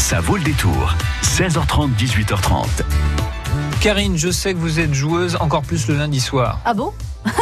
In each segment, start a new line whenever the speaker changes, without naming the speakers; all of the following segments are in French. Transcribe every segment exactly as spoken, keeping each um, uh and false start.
Ça vaut le détour. seize heures trente, dix-huit heures trente.
Karine, je sais que vous êtes joueuse, encore plus le lundi soir.
Ah bon?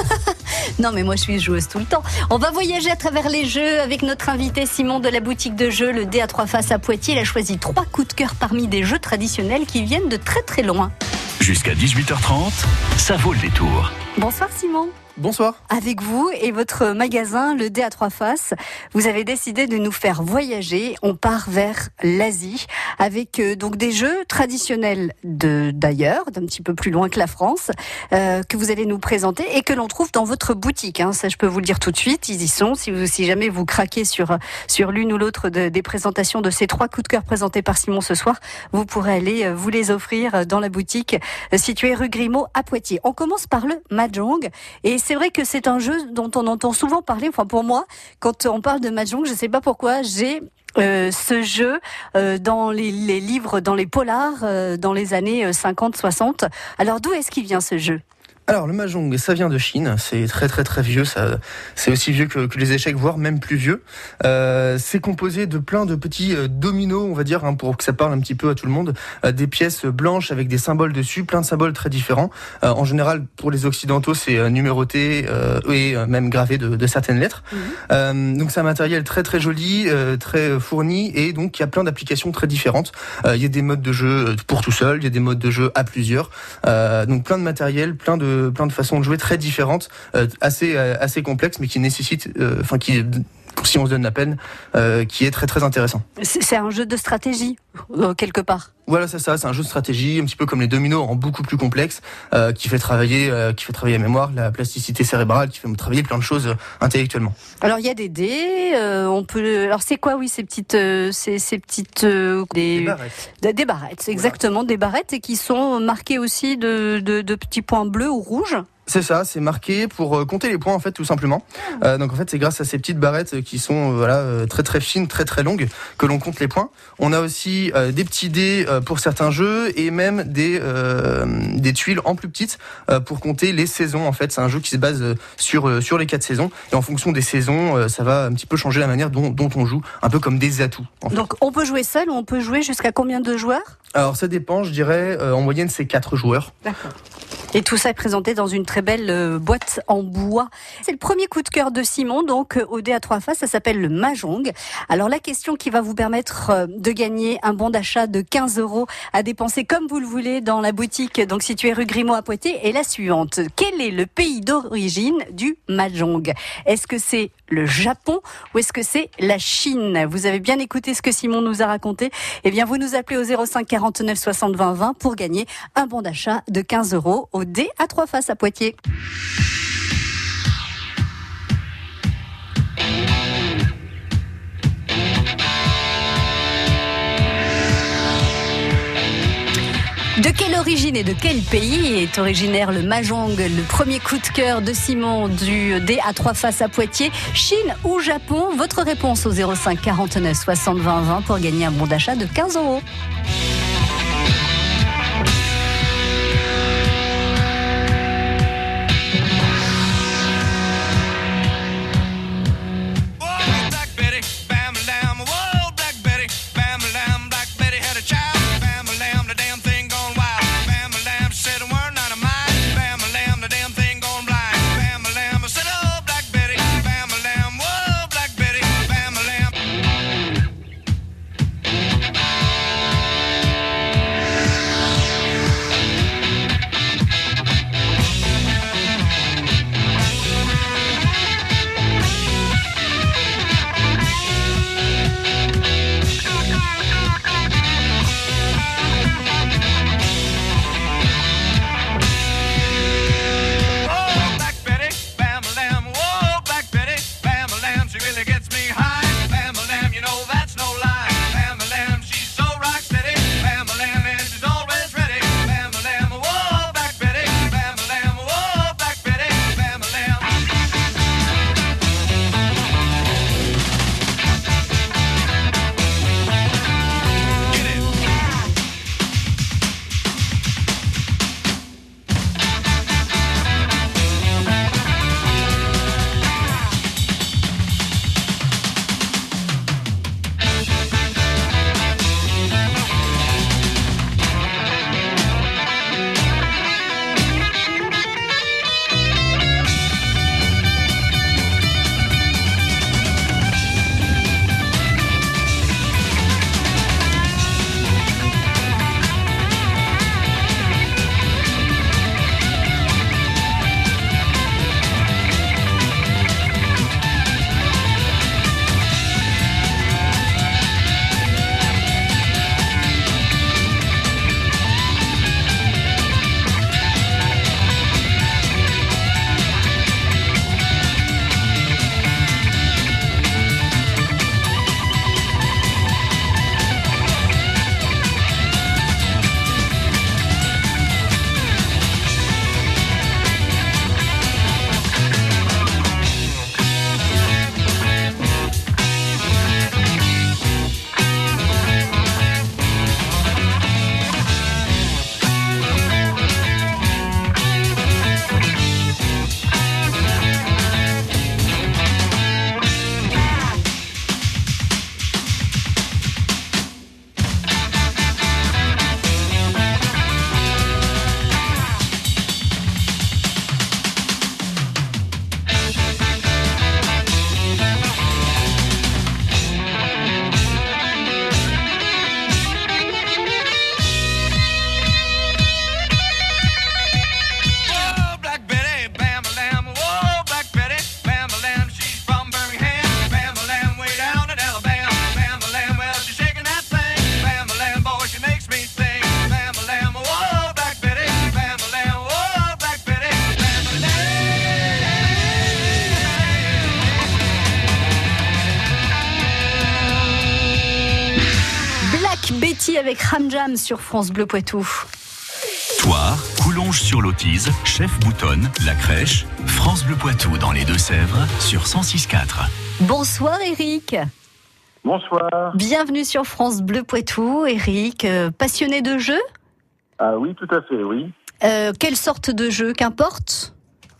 Non mais moi je suis joueuse tout le temps. On va voyager à travers les jeux avec notre invité Simon de la boutique de jeux, le dé à trois faces à Poitiers. Il a choisi trois coups de cœur parmi des jeux traditionnels qui viennent de très très loin.
Jusqu'à dix-huit heures trente, ça vaut le détour.
Bonsoir Simon.
Bonsoir.
Avec vous et votre magasin, le dé à trois faces, vous avez décidé de nous faire voyager. On part vers l'Asie avec euh, donc des jeux traditionnels de d'ailleurs, d'un petit peu plus loin que la France, euh, que vous allez nous présenter et que l'on trouve dans votre boutique. Hein. Ça, je peux vous le dire tout de suite. Ils y sont. Si, vous, si jamais vous craquez sur sur l'une ou l'autre de, des présentations de ces trois coups de cœur présentés par Simon ce soir, vous pourrez aller euh, vous les offrir dans la boutique euh, située rue Grimaud à Poitiers. On commence par le mahjong et c'est vrai que c'est un jeu dont on entend souvent parler. Enfin, pour moi, quand on parle de mahjong, je ne sais pas pourquoi, j'ai euh, ce jeu euh, dans les, les livres, dans les polars, euh, dans les années cinquante soixante. Alors, d'où est-ce qu'il vient ce jeu ?
Alors le mahjong, ça vient de Chine, c'est très très très vieux, ça, c'est aussi vieux que, que les échecs, voire même plus vieux. Euh, c'est composé de plein de petits euh, dominos, on va dire, hein, pour que ça parle un petit peu à tout le monde, euh, des pièces blanches avec des symboles dessus, plein de symboles très différents. Euh, en général, pour les occidentaux, c'est euh, numéroté euh, et euh, même gravé de, de certaines lettres. Mmh. Euh, donc c'est un matériel très très joli, euh, très fourni, et donc il y a plein d'applications très différentes. Euh, il y a des modes de jeu pour tout seul, il y a des modes de jeu à plusieurs, euh, donc plein de matériel, plein de plein de façons de jouer très différentes, euh, assez euh, assez complexes, mais qui nécessitent, enfin euh, qui, si on se donne la peine, euh, qui est très très intéressant.
C'est, c'est un jeu de stratégie euh, quelque part.
Voilà, c'est ça, c'est un jeu de stratégie, un petit peu comme les dominos, en beaucoup plus complexe, euh, qui fait travailler, euh, qui fait travailler la mémoire, la plasticité cérébrale, qui fait travailler plein de choses euh, intellectuellement.
Alors il y a des dés, euh, on peut. Alors c'est quoi, oui, ces petites, euh, ces, ces petites, euh, des,
des barrettes.
Des, des barrettes, exactement, voilà. Des barrettes et qui sont marquées aussi de, de, de petits points bleus ou rouges.
C'est ça, c'est marqué pour compter les points en fait, tout simplement. Euh, donc en fait, c'est grâce à ces petites barrettes qui sont euh, voilà euh, très très fines, très très longues, que l'on compte les points. On a aussi euh, des petits dés euh, pour certains jeux et même des euh, des tuiles en plus petites euh, pour compter les saisons. En fait, c'est un jeu qui se base sur euh, sur les quatre saisons et en fonction des saisons, euh, ça va un petit peu changer la manière dont dont on joue, un peu comme des atouts. En fait.
Donc on peut jouer seul ou on peut jouer jusqu'à combien de joueurs ?
Alors ça dépend, je dirais euh, en moyenne c'est quatre joueurs.
D'accord. Et tout ça est présenté dans une très belle euh, boîte en bois. C'est le premier coup de cœur de Simon, donc euh, au dé à trois faces, ça s'appelle le mahjong. Alors la question qui va vous permettre euh, de gagner un bon d'achat de quinze euros à dépenser comme vous le voulez dans la boutique donc située rue Grimaud à Poitiers est la suivante. Quel est le pays d'origine du mahjong ? Est-ce que c'est le Japon ou est-ce que c'est la Chine ? Vous avez bien écouté ce que Simon nous a raconté. Eh bien, vous nous appelez au zéro cinq quarante-neuf soixante vingt vingt pour gagner un bon d'achat de quinze euros au dé à trois faces à Poitiers. De quelle origine et de quel pays est originaire le mahjong, le premier coup de cœur de Simon du dé à trois faces à Poitiers, Chine ou Japon ? Votre réponse au zéro cinq quarante-neuf soixante vingt vingt pour gagner un bon d'achat de quinze euros. Eric, Betty avec Ramjam sur France Bleu Poitou.
Thouars, Coulonges-sur-l'Autise, Chef Boutonne, La Crèche, France Bleu Poitou dans les Deux-Sèvres sur cent six virgule quatre.
Bonsoir Eric.
Bonsoir.
Bienvenue sur France Bleu Poitou. Eric, euh, passionné de jeux ?
Ah oui, tout à fait, oui.
Euh, quelle sorte de jeu, qu'importe ?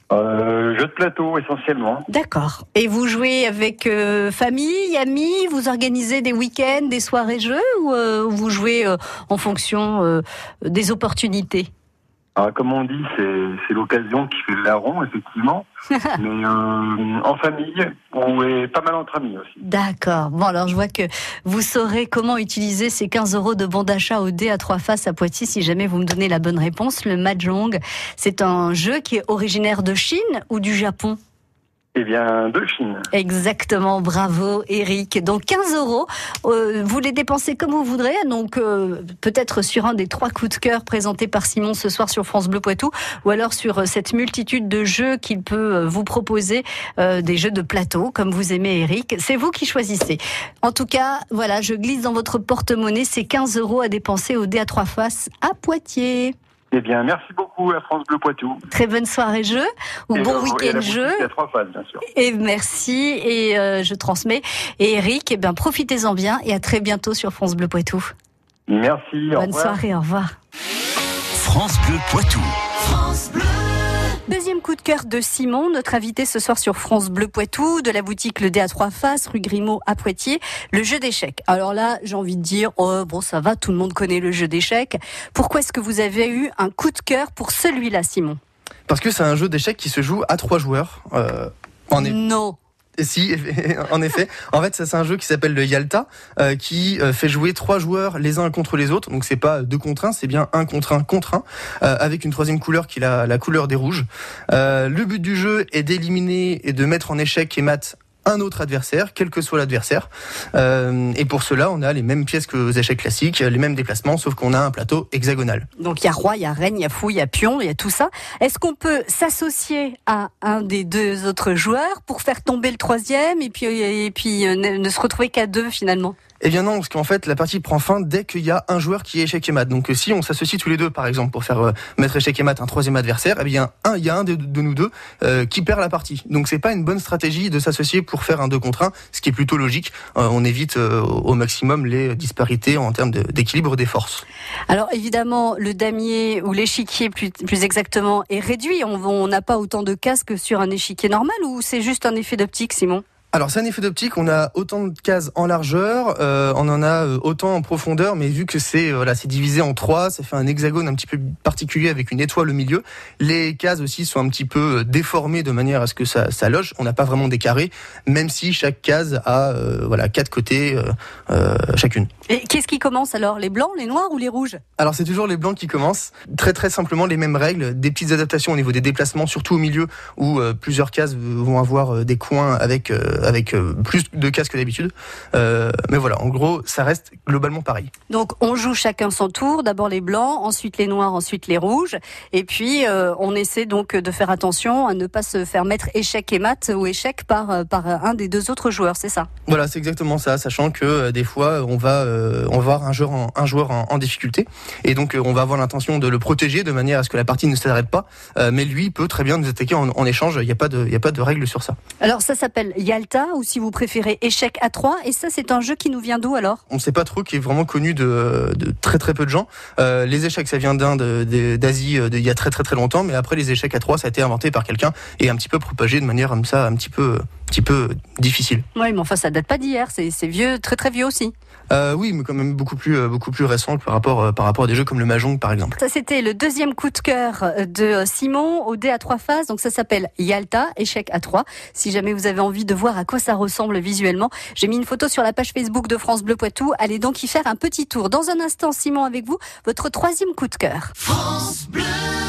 Euh, jeu de plateau, essentiellement.
D'accord. Et vous jouez avec euh, famille, amis ? Vous organisez des week-ends, des soirées jeux ? Ou euh, vous jouez euh, en fonction euh, des opportunités ?
Alors, comme on dit, c'est, c'est l'occasion qui fait le larron, effectivement. Mais euh, en famille, ou et pas mal entre amis aussi.
D'accord. Bon, alors je vois que vous saurez comment utiliser ces quinze euros de bon d'achat au dé à trois faces à Poitiers si jamais vous me donnez la bonne réponse. Le Mahjong, c'est un jeu qui est originaire de Chine ou du Japon ?
Eh bien, de Chine.
Exactement, bravo Eric. Donc quinze euros, euh, vous les dépensez comme vous voudrez, donc euh, peut-être sur un des trois coups de cœur présentés par Simon ce soir sur France Bleu Poitou, ou alors sur euh, cette multitude de jeux qu'il peut euh, vous proposer, euh, des jeux de plateau, comme vous aimez Eric. C'est vous qui choisissez. En tout cas, voilà, je glisse dans votre porte-monnaie ces quinze euros à dépenser au dé à trois faces à Poitiers.
Eh bien, merci beaucoup à France Bleu Poitou.
Très bonne soirée jeu, ou
et
bon
euh,
week-end jeu.
Il y a trois phases, bien sûr.
Et merci, et euh, je transmets. Et Eric, eh bien, profitez-en bien, et à très bientôt sur France Bleu Poitou.
Merci, au
Bonne
revoir.
soirée, au revoir.
France Bleu Poitou. France Bleu.
Deuxième coup de cœur de Simon, notre invité ce soir sur France Bleu Poitou, de la boutique Le Dé à trois faces, rue Grimaud à Poitiers, le jeu d'échecs. Alors là, j'ai envie de dire, oh, bon ça va, tout le monde connaît le jeu d'échecs. Pourquoi est-ce que vous avez eu un coup de cœur pour celui-là, Simon ?
Parce que c'est un jeu d'échecs qui se joue à trois joueurs. Euh, en est...
Non.
Si, en effet. En fait, ça, c'est un jeu qui s'appelle le Yalta, euh, qui euh, fait jouer trois joueurs les uns contre les autres. Donc, c'est pas deux contre un, c'est bien un contre un contre un, euh, avec une troisième couleur qui est la, la couleur des rouges. Euh, le but du jeu est d'éliminer et de mettre en échec et mat un autre adversaire, quel que soit l'adversaire. Euh, et pour cela, on a les mêmes pièces que aux échecs classiques, les mêmes déplacements, sauf qu'on a un plateau hexagonal.
Donc il y a roi, il y a reine, il y a fou, il y a pion, il y a tout ça. Est-ce qu'on peut s'associer à un des deux autres joueurs pour faire tomber le troisième et puis, et puis euh, ne, ne se retrouver qu'à deux finalement ?
Eh bien non, parce qu'en fait, la partie prend fin dès qu'il y a un joueur qui est échec et mat. Donc si on s'associe tous les deux, par exemple, pour faire euh, mettre échec et mat un troisième adversaire, eh bien un, il y a un de, de nous deux euh, qui perd la partie. Donc c'est pas une bonne stratégie de s'associer pour faire un deux contre un, ce qui est plutôt logique. Euh, on évite euh, au maximum les disparités en termes de, d'équilibre des forces.
Alors évidemment, le damier ou l'échiquier plus, plus exactement est réduit. On n'a pas autant de cases que sur un échiquier normal, ou c'est juste un effet d'optique, Simon ?
Alors c'est un effet d'optique, on a autant de cases en largeur, euh, on en a autant en profondeur, mais vu que c'est voilà, c'est divisé en trois, ça fait un hexagone un petit peu particulier avec une étoile au milieu. Les cases aussi sont un petit peu déformées de manière à ce que ça, ça loge. On n'a pas vraiment des carrés, même si chaque case a euh, voilà quatre côtés euh, euh, chacune.
Et qu'est-ce qui commence alors ? Les blancs, les noirs ou les rouges ?
Alors c'est toujours les blancs qui commencent. Très très simplement les mêmes règles, des petites adaptations au niveau des déplacements, surtout au milieu où euh, plusieurs cases vont avoir euh, des coins avec euh, avec euh, plus de cases que d'habitude. Euh, mais voilà, en gros, ça reste globalement pareil.
Donc on joue chacun son tour, d'abord les blancs, ensuite les noirs, ensuite les rouges, et puis euh, on essaie donc de faire attention à ne pas se faire mettre échec et mat ou échec par par un des deux autres joueurs, c'est ça ?
Voilà, c'est exactement ça, sachant que euh, des fois on va euh, on va avoir un joueur en, un joueur en, en difficulté, et donc euh, on va avoir l'intention de le protéger de manière à ce que la partie ne s'arrête pas, euh, mais lui peut très bien nous attaquer en, en échange. Il n'y a pas de il y a pas de règle sur ça.
Alors ça s'appelle Yalta, ou si vous préférez échec à trois, et ça c'est un jeu qui nous vient d'où alors ?
On ne sait pas trop, qui est vraiment connu de, de très très peu de gens. Euh, les échecs, ça vient d'Inde, de, d'Asie, de, il y a très très très longtemps, mais après les échecs à trois, ça a été inventé par quelqu'un et un petit peu propagé de manière comme ça, un petit peu, un petit peu difficile.
Oui, mais enfin ça date pas d'hier, c'est, c'est vieux, très très vieux aussi.
Euh, oui, mais quand même beaucoup plus, beaucoup plus récent que par rapport, euh, par rapport à des jeux comme le Mahjong par exemple.
Ça c'était le deuxième coup de cœur de Simon au dé à trois faces, donc ça s'appelle Yalta, échec à trois. Si jamais vous avez envie de voir à quoi ça ressemble visuellement, j'ai mis une photo sur la page Facebook de France Bleu Poitou. Allez donc y faire un petit tour. Dans un instant, Simon avec vous, votre troisième coup de cœur.
France Bleu.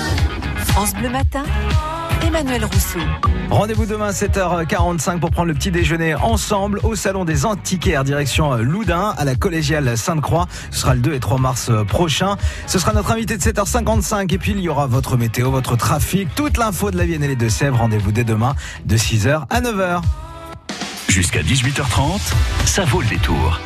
France Bleu Matin, Emmanuel Rousseau.
Rendez-vous demain sept heures quarante-cinq pour prendre le petit déjeuner ensemble au Salon des Antiquaires, direction Loudun, à la Collégiale Sainte-Croix. Ce sera le deux et trois mars prochain. Ce sera notre invité de sept heures cinquante-cinq, et puis il y aura votre météo, votre trafic, toute l'info de la Vienne et les Deux-Sèvres. Rendez-vous dès demain de six heures à neuf heures.
Jusqu'à dix-huit heures trente, ça vaut le détour.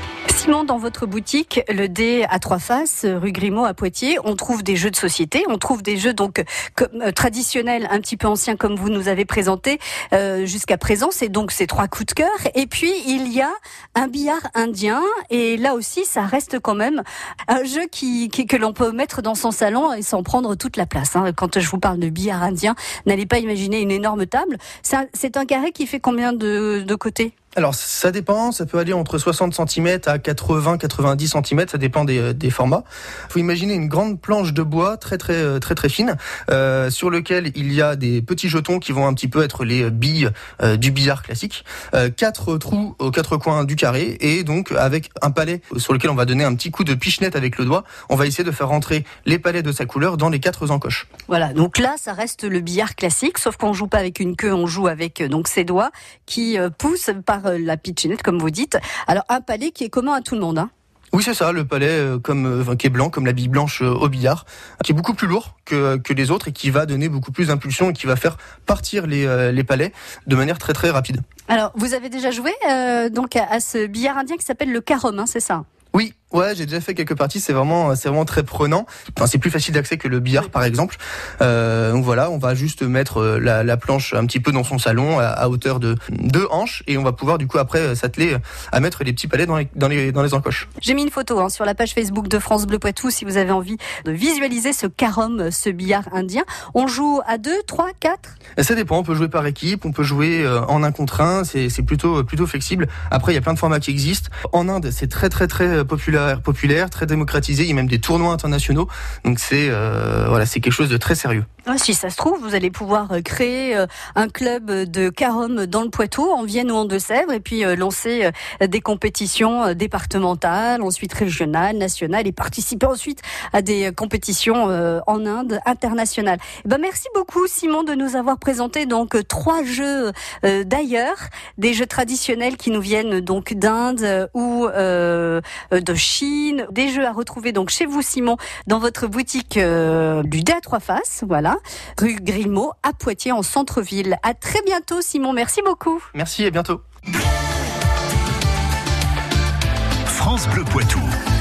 Simon, dans votre boutique, le dé à trois faces, rue Grimaud à Poitiers, on trouve des jeux de société, on trouve des jeux donc comme, euh, traditionnels, un petit peu anciens comme vous nous avez présenté euh, jusqu'à présent. C'est donc ces trois coups de cœur. Et puis il y a un billard indien, et là aussi ça reste quand même un jeu qui, qui que l'on peut mettre dans son salon et s'en prendre toute la place. Hein. Quand je vous parle de billard indien, n'allez pas imaginer une énorme table. C'est un, c'est un carré qui fait combien de, de côtés ?
Alors ça dépend, ça peut aller entre soixante centimètres à quatre-vingts à quatre-vingt-dix centimètres, ça dépend des, des formats. Il faut imaginer une grande planche de bois très très très très fine, euh, sur lequel il y a des petits jetons qui vont un petit peu être les billes euh, du billard classique, euh, quatre trous aux quatre coins du carré, et donc avec un palet sur lequel on va donner un petit coup de pichenette avec le doigt, on va essayer de faire rentrer les palets de sa couleur dans les quatre encoches.
Voilà, donc là ça reste le billard classique, sauf qu'on joue pas avec une queue, on joue avec donc ses doigts qui euh, poussent par la pitchinette, comme vous dites. Alors, un palais qui est commun à tout le monde, hein.
Oui, c'est ça, le palais euh, comme euh, qui est blanc, comme la bille blanche euh, au billard, qui est beaucoup plus lourd que que les autres et qui va donner beaucoup plus d'impulsion et qui va faire partir les euh, les palets de manière très très rapide.
Alors, vous avez déjà joué euh, donc à, à ce billard indien qui s'appelle le carom, hein, c'est ça ?
Oui, ouais, j'ai déjà fait quelques parties. C'est vraiment, c'est vraiment très prenant. Enfin, c'est plus facile d'accès que le billard, par exemple. Euh, donc voilà, on va juste mettre la, la planche un petit peu dans son salon à, à hauteur de deux hanches, et on va pouvoir du coup après s'atteler à mettre les petits palets dans les dans les dans les encoches.
J'ai mis une photo hein, sur la page Facebook de France Bleu Poitou si vous avez envie de visualiser ce carom, ce billard indien. On joue à deux, trois, quatre.
Et ça dépend. On peut jouer par équipe, on peut jouer en un contre un. C'est c'est plutôt plutôt flexible. Après, il y a plein de formats qui existent. En Inde, c'est très très très populaire, populaire, très démocratisé. Il y a même des tournois internationaux. Donc c'est euh, voilà, c'est quelque chose de très sérieux.
Ah, si ça se trouve, vous allez pouvoir créer un club de carom dans le Poitou, en Vienne ou en Deux-Sèvres, et puis lancer des compétitions départementales, ensuite régionales, nationales, et participer ensuite à des compétitions en Inde internationales. Et ben merci beaucoup Simon de nous avoir présenté donc trois jeux d'ailleurs, des jeux traditionnels qui nous viennent donc d'Inde ou euh, de Chine, des jeux à retrouver donc chez vous Simon dans votre boutique euh, du dé à trois faces, voilà. Rue Grimaud à Poitiers en centre-ville. À très bientôt Simon, merci beaucoup.
Merci, à bientôt.
France Bleu Poitou.